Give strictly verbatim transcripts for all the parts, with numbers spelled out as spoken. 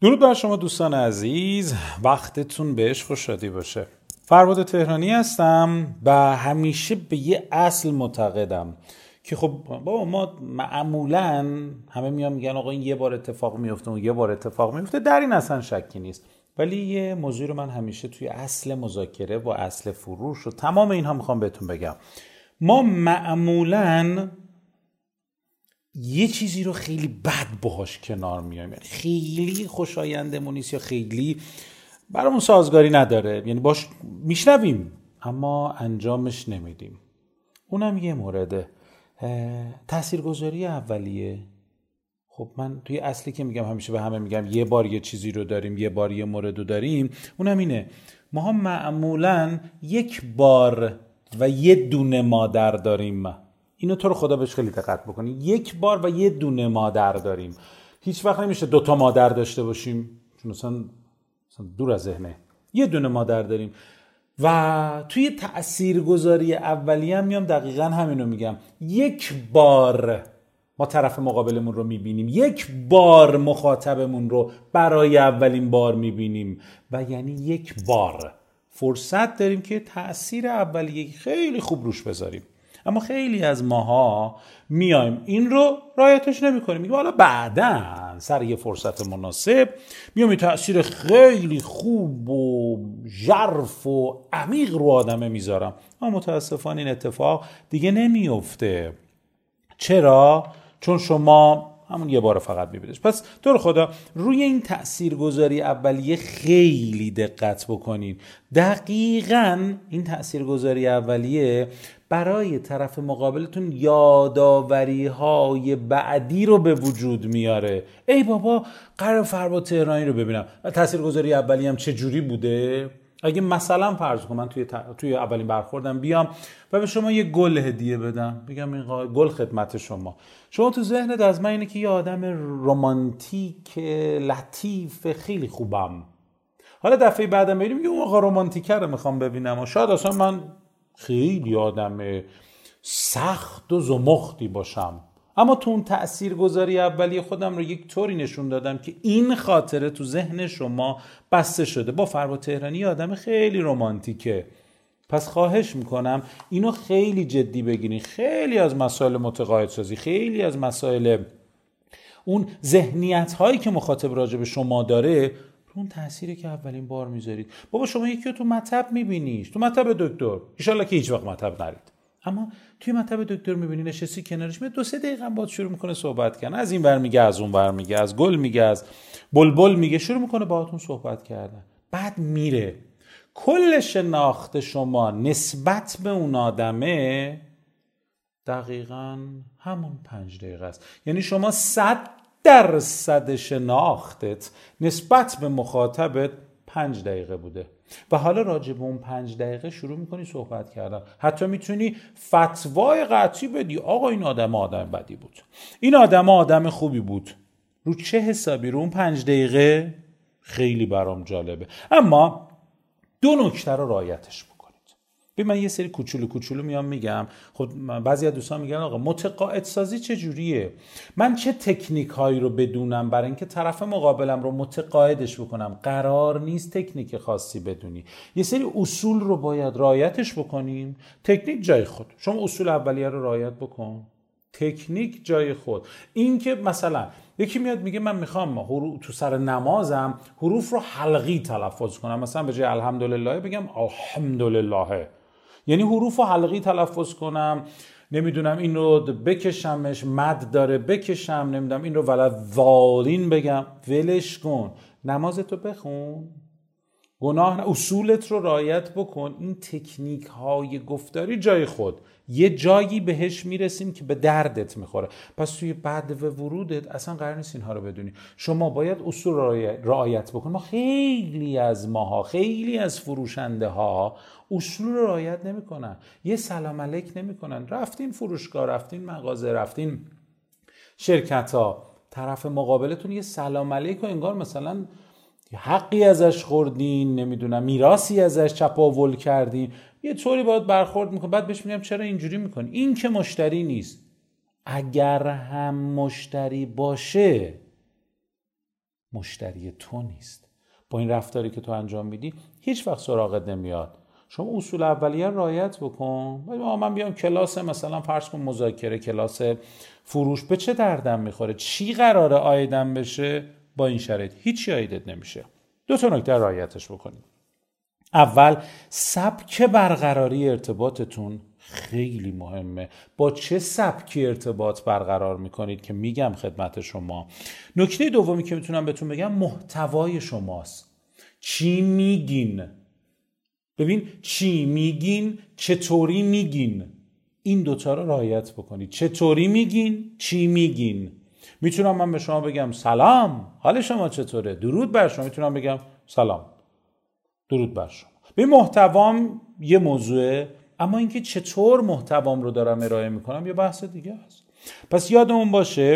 درود بر شما دوستان عزیز، وقتتون بهش خوش شادی باشه. فرباد تهرانی هستم و همیشه به یه اصل معتقدم که خب بابا ما معمولاً همه میان میگن آقا این یه بار اتفاق میفته و یه بار اتفاق میفته، در این اصلا شکی نیست. ولی یه موضوع رو من همیشه توی اصل مذاکره و اصل فروش و تمام اینها میخوام بهتون بگم. ما معمولاً یه چیزی رو خیلی بد باهاش کنار میایم، یعنی خیلی خوشایندمون نیست یا خیلی برامون سازگاری نداره، یعنی باش میشنویم اما انجامش نمیدیم. اونم یه مورده. تاثیرگذاری اولیه. خب من توی اصلی که میگم همیشه به همه میگم یه بار یه چیزی رو داریم، یه بار یه مورد رو داریم، اونم اینه ما هم معمولاً یک بار و یه دونه مادر داریم. اینو تو رو خدا بهش خیلی دقت بکنی. یک بار و یه دونه مادر داریم. هیچ وقت نمیشه دوتا مادر داشته باشیم، چون اصلا, اصلا دور از ذهنه. یه دونه مادر داریم و توی تاثیرگذاری اولیه هم میام دقیقاً همینو میگم. یک بار ما طرف مقابلمون رو میبینیم، یک بار مخاطبمون رو برای اولین بار میبینیم و یعنی یک بار فرصت داریم که تأثیر اولیه خیلی خوب روش بذاریم. اما خیلی از ماها میایم این رو رعایتش نمی‌کنیم، میگیم حالا بعداً سر یه فرصت مناسب میام این تأثیر خیلی خوب و ژرف و عمیق رو آدمه میذارم. اما متاسفانه این اتفاق دیگه نمیفته. چرا؟ چون شما همون یه بار فقط میبینیش. پس تو رو خدا روی این تاثیرگذاری اولیه خیلی دقت بکنین. دقیقاً این تاثیرگذاری اولیه برای طرف مقابلتون یاداوری های بعدی رو به وجود میاره. ای بابا قرار فرباد تهرانی رو ببینم. تاثیرگذاری اولیه هم چه جوری بوده؟ اگه مثلا فرض کنم من توی ت... توی اولین برخوردم بیام و به شما یه گل هدیه بدم، بگم این قا... گل خدمت شما، شما تو ذهنت از من اینه که یه آدم رمانتیک لطیف خیلی خوبم. حالا دفعه بعدم میگم میگم اون آقا رمانتیکه رو میخوام ببینم و شاید اصلا من خیلی آدم سخت و زمختی باشم، اما تو اون تاثیرگذاری اولیه خودم رو یک طوری نشون دادم که این خاطره تو ذهن شما بسته شده. با فرباد تهرانی آدم خیلی رمانتیکه. پس خواهش میکنم اینو خیلی جدی بگیرین. خیلی از مسائل متقاعد سازی، خیلی از مسائل اون ذهنیت هایی که مخاطب راجع به شما داره رو اون تأثیری که اولین بار میذارید. بابا شما یکی رو تو مطب میبینیش، تو مطب دکتر، ان شاءالله که هیچ وقت مطب نرید، اما توی مطب دکتر میبینی نشستی کنارش، می دو سه دقیقه بعد شروع میکنه صحبت کردن، از این ور میگه از اون ور میگه، از گل میگه از بلبل میگه، شروع میکنه باهاتون صحبت کردن، بعد میره. کل شناخت شما نسبت به اون آدمه دقیقاً همون پنج دقیقه است. یعنی شما صد درصد شناختت نسبت به مخاطبت پنج دقیقه بوده و حالا راجع به اون پنج دقیقه شروع میکنی صحبت کردن. حتی میتونی فتوای قطعی بدی، آقا این آدم آدم بدی بود، این آدم آدم خوبی بود. رو چه حسابی؟ رو اون پنج دقیقه؟ خیلی برام جالبه. اما دو نکته رو رعایتش بکنید. ببین من یه سری کوچولو کوچولو میام میگم. خب بعضی از دوستان میگن آقا متقاعد سازی چه جوریه؟ من چه تکنیک هایی رو بدونم برای اینکه طرف مقابلم رو متقاعدش بکنم؟ قرار نیست تکنیک خاصی بدونی. یه سری اصول رو باید رعایتش بکنیم. تکنیک جای خود. شما اصول اولیه رو رعایت بکن. تکنیک جای خود. این که مثلا یکی میاد میگه من میخوام حروف تو سر نمازم حروف رو حلقی تلفظ کنم، مثلا به جای الحمدلله بگم الحمدلله، یعنی حروف رو حلقی تلفظ کنم، نمیدونم این رو بکشمش، مد داره بکشم، نمیدونم این رو ولضالین بگم. ولش کن، نمازتو بخون، گناه نه، اصولت رو رعایت بکن. این تکنیک های گفتاری جای خود، یه جایی بهش میرسیم که به دردت میخوره. پس توی بعد و ورودت اصلا قرار نیست اینها رو بدونی. شما باید اصول رعایت بکن. ما خیلی از ماها، خیلی از فروشنده ها اصول رو رعایت نمیکنن، یه سلام علیک نمیکنن. رفتین فروشگاه، رفتین مغازه، رفتین شرکت ها، طرف مقابلتون یه سلام علیک و انگار مثلا حقی ازش خوردین، نمیدونم میراثی ازش چپاول کردین، یه طوری باید برخورد میکنه. بعد بهش میگم چرا اینجوری میکنی؟ این که مشتری نیست. اگر هم مشتری باشه مشتری تو نیست. با این رفتاری که تو انجام میدی هیچ وقت سراغت نمیاد. شما اصول اولیه رعایت بکن. من بیام کلاس مثلا فرض کن مذاکره، کلاس فروش، به چه دردم میخوره؟ چی قراره عایدم بشه با این شرایط؟ هیچی عایدت نمیشه. دو تا نکته رعایتش بکنید. اول، سبک برقراری ارتباطتون خیلی مهمه. با چه سبکی ارتباط برقرار میکنید که میگم خدمت شما. نکته دومی که میتونم بهتون بگم محتوای شماست. چی میگین؟ ببین، چی میگین، چطوری میگین، این دوتا رو رعایت بکنید. چطوری میگین، چی میگین. میتونم من به شما بگم سلام، حال شما چطوره؟ درود بر شما. میتونم بگم سلام، درود بر شما. به محتوام یه موضوعه، اما اینکه چطور محتوام رو دارم ارائه میکنم یه بحث دیگه است. پس یادمون باشه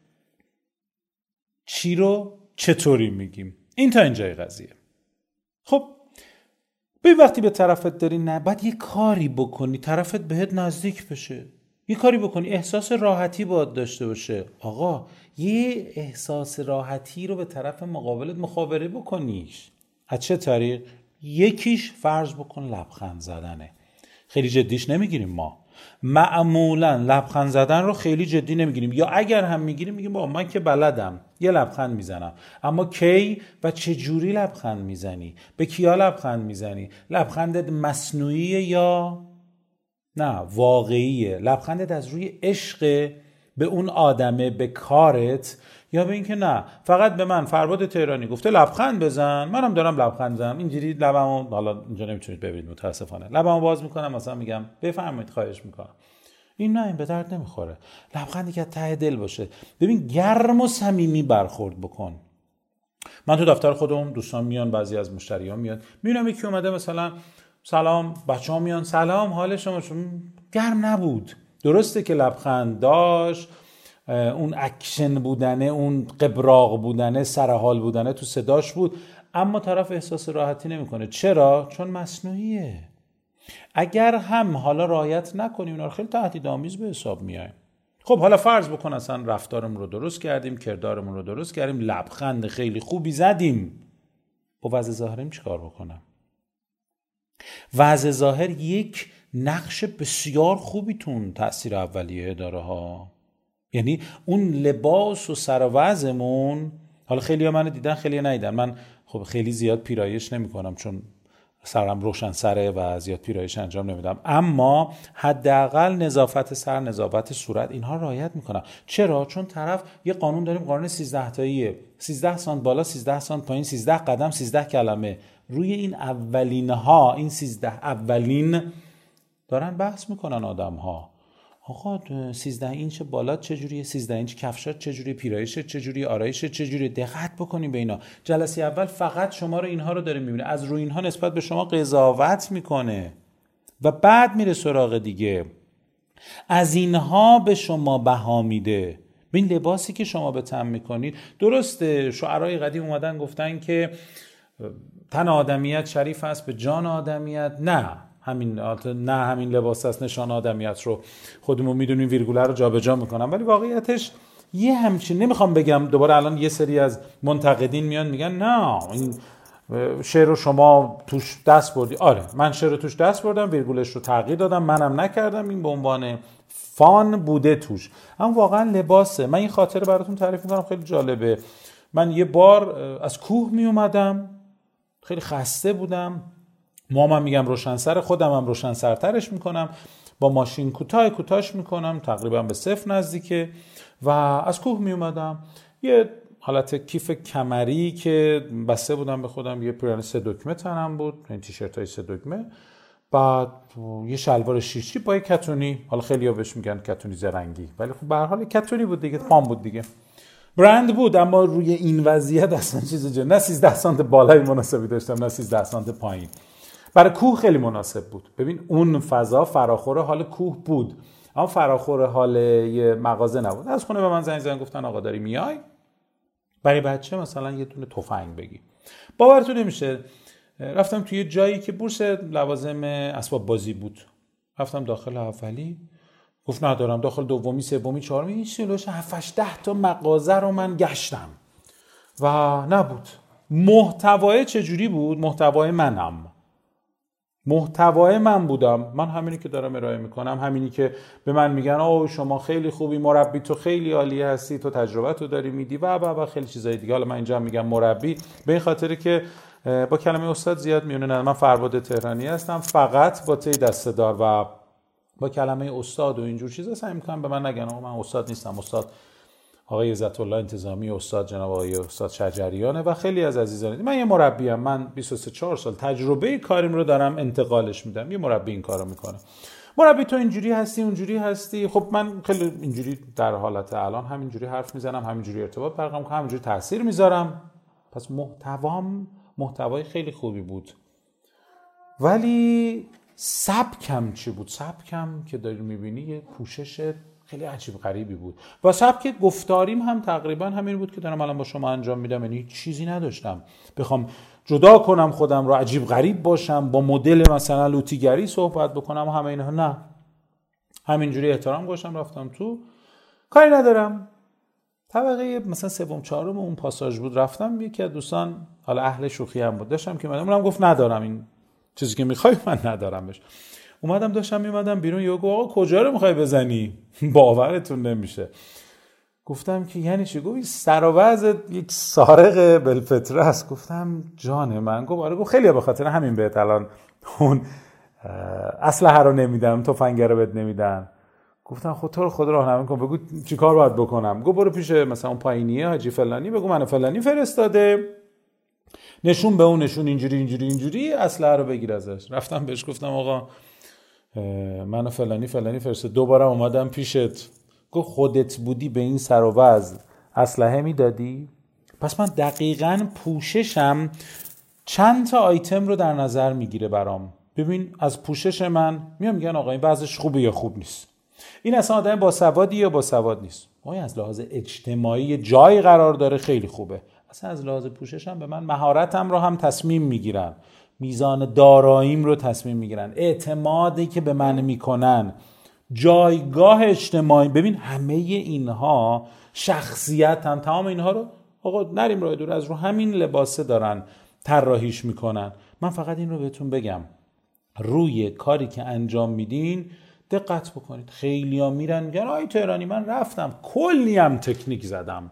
چی رو چطوری میگیم. این تا اینجای قضیه. خب به وقتی به طرفت داری نه باید یه کاری بکنی طرفت بهت نزدیک بشه، یه کاری بکنی احساس راحتی باید داشته باشه. آقا یه احساس راحتی رو به طرف مقابلت مخابره بکنیش. از چه طریق؟ یکیش فرض بکن لبخند زدنه. خیلی جدیش نمیگیریم ما. معمولا لبخند زدن رو خیلی جدی نمیگیریم، یا اگر هم میگیریم میگیم با من که بلدم یه لبخند میزنم. اما کی و چه جوری لبخند میزنی؟ به کیا لبخند میزنی؟ لبخندت مصنوعیه یا نه واقعیه؟ لبخندت از روی عشق به اون آدمه، به کارت، یا به این که نه فقط به من فرباد تهرانی گفته لبخند بزن، منم دارم لبخند میزنم، اینجوری لبمو، حالا اینجا نمیتونید ببینید متاسفانه، لبمو باز میکنم مثلا میگم بفرمایید خواهش میکنم. این نه، این به درد نمیخوره. لبخندی که ته دل باشه. ببین گرم و صمیمی برخورد بکن. من تو دفتر خودم دوستان میان، بعضی از مشتریان میاد، میبینم یکی اومده مثلا سلام، بچه‌ها میان سلام حال شما، چون گرم نبود. درسته که لبخند داشت، اون اکشن بودنه، اون قبراق بودنه، سرحال بودنه تو صداش بود، اما طرف احساس راحتی نمیکنه. چرا؟ چون مصنوعیه. اگر هم حالا رعایت نکنیم اینا خیلی تهدیدآمیز به حساب میایم. خب حالا فرض بکن اصلا رفتارمون رو درست کردیم، کردارمون رو درست کردیم، لبخند خیلی خوبی زدیم، با وضع ظاهریم چیکار بکنم؟ وضع ظاهر یک نقش بسیار خوبی تون تأثیر اولیه داره ها. یعنی اون لباس و سر و وضعمون، حالا خیلی ها من دیدن خیلی ها ندیدن، من خب خیلی زیاد پیرایش نمی کنم چون سرم روشن سره و زیاد پیرایش انجام نمیدم، اما حداقل نظافت سر، نظافت صورت، اینها رعایت میکنم. چرا؟ چون طرف یه قانون داریم، قانون سیزده تاییه، سیزده سانت بالا، سیزده سانت پایین، سیزده قدم، سیزده کلمه. روی این اولین ها، این سیزده اولین دارن بحث میکنن آدم ها. آقا سیزده اینچ بالا چجوریه، سیزده اینچ کفشات چجوریه، پیرایش چجوریه، آرایش چجوریه. دقت بکنیم به اینا. جلسه اول فقط شما رو اینها رو داره میبینه، از روی اینها نسبت به شما قضاوت میکنه و بعد میره سراغ دیگه. از اینها به شما بها میده. به این لباسی که شما به تن میکنید. درسته شعرهای قدیم اومدن گفتن که تن آدمیت شریف است به جان آدمیت. نه همین نه همین لباس است نشان آدمیت رو خودمون میدونیم، ویرگوله رو جابجا میکنم، ولی واقعیتش یه همچین نمیخوام بگم. دوباره الان یه سری از منتقدین میان میگن نه این شعر رو شما توش دست بردی. آره من شعر رو توش دست بردم، ویرگولش رو تغییر دادم، منم نکردم، این به عنوان فان بوده توش، اما واقعا لباسه. من این خاطره براتون تعریف میکنم خیلی جالبه. من یه بار از کوه می اومدم، خیلی خسته بودم، مامم میگم روشنسر، خودم هم روشنسرترش میکنم، با ماشین کوتاه کوتاهش میکنم، تقریبا به صفر نزدیکه، و از کوه می اومدم. یه حالت کیف کمری که بسته بودم به خودم، یه پیراهن سه دکمه تنم بود، این تیشرت های سه دکمه، بعد یه شلوار شیشی با یه کتونی، حالا خیلی‌ها بهش میگن کتونی زرنگی، ولی خب به هر حال کتونی بود دیگه، پام بود دیگه، برند بود، اما روی این وضعیت اصلا چیز جو، نه سیزده سانت بالای مناسبی داشتم نه سیزده سانت پایین. برای کوه خیلی مناسب بود. ببین اون فضا فراخور حال کوه بود، اما فراخور حال یه مغازه نبود. از خونه به من زنگ زدن گفتن آقا داری میای؟ برای بچه مثلا یه دونه تفنگ بگی. باورتون نمیشه رفتم توی یه جایی که بورس لوازم اسباب بازی بود، رفتم داخل اولی، گفت ندارم. داخل دومی، سومی، چهارمی، این سلوش هفت ده تا مغازه رو من گشتم. و نبود. محتوای چجوری بود؟ محتوای منم، محتوای من بودم. من همینی که دارم ارائه میکنم، همینی که به من میگن آو شما خیلی خوبی، مربی تو خیلی عالی هستی، تو تجربه تو داری میدی و و و خیلی چیزای دیگه. حالا من اینجا میگم مربی به این خاطری که با کلمه استاد زیاد میونه ندارم. من فرباد تهرانی هستم، فقط با تی دسته دار و با کلمه استاد و اینجور چیزا سعی میکنم به من نگن آقا من استاد نیستم. استاد آقای عزت الله انتظامی، استاد جناب آقای استاد شجریانه و خیلی از عزیزان. من یه مربیم، من بیست و سه چهار سال تجربه کاریم رو دارم انتقالش میدم. یه مربی این کارو میکنه. مربی تو اینجوری هستی اونجوری هستی. خب من خیلی اینجوری در حالت الان همینجوری حرف میزنم، همینجوری ارتباط برقرار میکنم، همینجوری تاثیر میذارم. پس محتوام محتوای خیلی خوبی بود. ولی سبکم چی بود؟ سبکم که داری میبینی یه پوشش خیلی عجیب غریبی بود و سبک گفتاریم هم تقریبا همین بود که دارم الان با شما انجام میدم. یعنی چیزی نداشتم بخوام جدا کنم خودم رو، عجیب غریب باشم، با مدل مثلا لوتیگری صحبت بکنم و همه اینها. نه، همینجوری احترام گذاشتم رفتم تو، کاری ندارم. طبقه مثلا سوم چهارم اون پاساژ بود، رفتم یکی از دوستان، حالا اهل شوخی هم بود، داشتم که منم گفت ندارم این چیزی که میخوای، من ندارمش. اومدم داشتم میمدم بیرون، یهو گفت آقا کجا رو میخوای بزنی؟ باورتون نمیشه. گفتم که یعنی چی؟ گفت سر و وضع یک سارق بالفطره است. گفتم جان من. گفت آره. گفت خیلی به خاطر همین بهت الان اون اسلحه رو نمیدم، تفنگ رو بهت نمیدن. گفتم خود تو رو خود راهنمایی کن، بگو چیکار باید بکنم. گفت برو پیش مثلا اون پایینیه حاجی فلانی، بگو من فلانی فرستاده، نشون به اون، نشون اینجوری اینجوری اینجوری، اسلحه رو بگیر ازش. رفتم بهش گفتم آقا من فلانی فلانی فرستاد. دوباره اومدم پیشت. گفت خودت بودی به این سر و وضع اسلحه میدادی؟ پس من دقیقاً پوششم چند تا آیتم رو در نظر میگیره برام. ببین از پوشش من میام میگن آقا این وضعش خوبه یا خوب نیست، این اصلا آدم با سوادی یا با سواد نیست. آقا از لحاظ اجتماعی جای قرار داره خیلی خوبه. اصلا از لحاظ پوششم به من مهارتم رو هم تصمیم میگیرن، میزان داراییم رو تصمیم میگیرن، اعتمادی که به من میکنن، جایگاه اجتماعی. ببین همه اینها شخصیت هم، تمام اینها رو آقا نریم راه دور، از رو همین لباسه دارن طراحیش میکنن. من فقط این رو بهتون بگم، روی کاری که انجام میدین دقت بکنید. خیلی ها میرن میگن آی تهرانی من رفتم کلی هم تکنیک زدم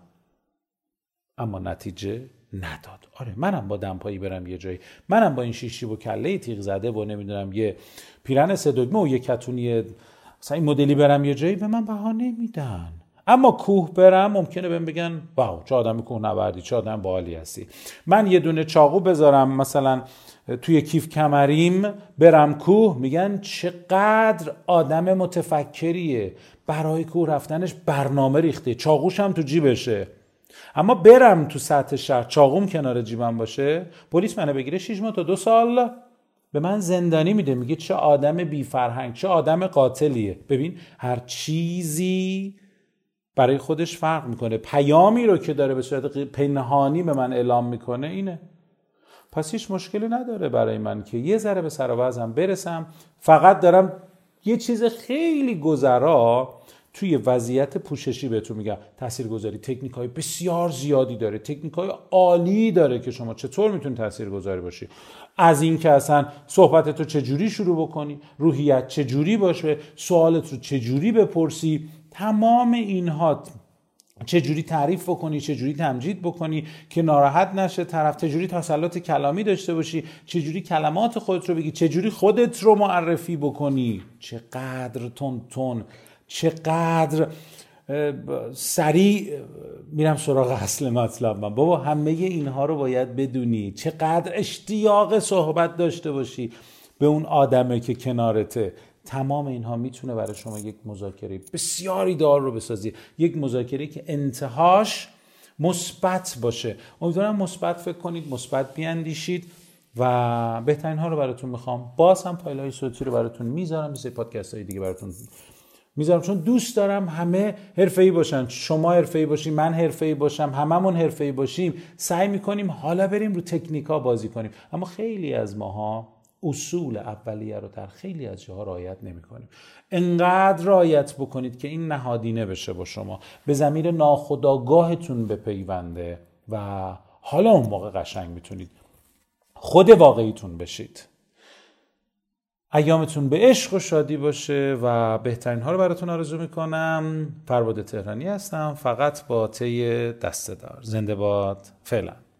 اما نتیجه نداد. آره منم با دمپایی برم یه جایی، منم با این شیشی و کله تیغ زده و نمیدونم یه پیرن سه دگمه و یه کتونی مثلا این مدلی برم یه جایی، به من بهانه میدن. اما کوه برم ممکنه بهم بگن واو چه آدم کوه نوردی، چه آدم باحالی هستی. من یه دونه چاقو بذارم مثلا توی کیف کمریم برم کوه، میگن چقدر آدم متفکریه، برای کوه رفتنش برنامه ریخته، چاقوش هم تو جیبشه. اما برم تو سطح شهر چاقوم کنار جیبم باشه، پلیس منو بگیره شش ماه تا دو سال به من زندانی میده، میگه چه آدم بی فرهنگ، چه آدم قاتلیه. ببین هر چیزی برای خودش فرق میکنه. پیامی رو که داره به صورت پنهانی به من اعلام میکنه اینه. پس هیچ مشکلی نداره برای من که یه ذره به سر و وضعم برسم. فقط دارم یه چیز خیلی گذرا توی وضعیت پوششی بهتون میگم. تاثیرگذاری تکنیک‌های بسیار زیادی داره، تکنیک‌های عالی داره که شما چطور میتونید تاثیرگذاری باشی. از این که اصلا صحبتت رو چجوری شروع بکنی، روحیت چجوری باشه، سوالت رو چجوری بپرسی، تمام اینها، چجوری تعریف بکنی، چجوری تمجید بکنی که ناراحت نشه طرف، چجوری تسلط کلامی داشته باشی، چجوری کلمات خودت رو بگی، چجوری خودت رو معرفی بکنی، چقدر تون تون، چقدر سریع میرم سراغ اصل مطلب. من بابا همه اینها رو باید بدونی، چقدر اشتیاق صحبت داشته باشی به اون آدمه که کنارته. تمام اینها میتونه برای شما یک مذاکره بسیاری دار رو بسازی، یک مذاکره که انتهاش مثبت باشه. امیدوارم مثبت فکر کنید، مثبت بیاندیشید و بهترین ها رو براتون میخوام. باز هم فایل های صوتی رو براتون میذارم، مثل پادکست های دیگه براتون میذارم، چون دوست دارم همه حرفه‌ای باشن، شما حرفه‌ای باشین، من حرفه‌ای باشم، هممون حرفه‌ای باشیم. سعی میکنیم حالا بریم رو تکنیکا بازی کنیم، اما خیلی از ماها اصول اولیه رو در خیلی از جاها رعایت نمی‌کنیم. انقدر رعایت بکنید که این نهادینه بشه با شما، به ضمیر ناخودآگاهتون بپیونده و حالا اون موقع قشنگ میتونید خود واقعیتون بشید. ایامتون به عشق و شادی باشه و بهترین ها رو براتون آرزو میکنم. فرباد تهرانی هستم، فقط با تی دسته دار. زنده باد. فعلا.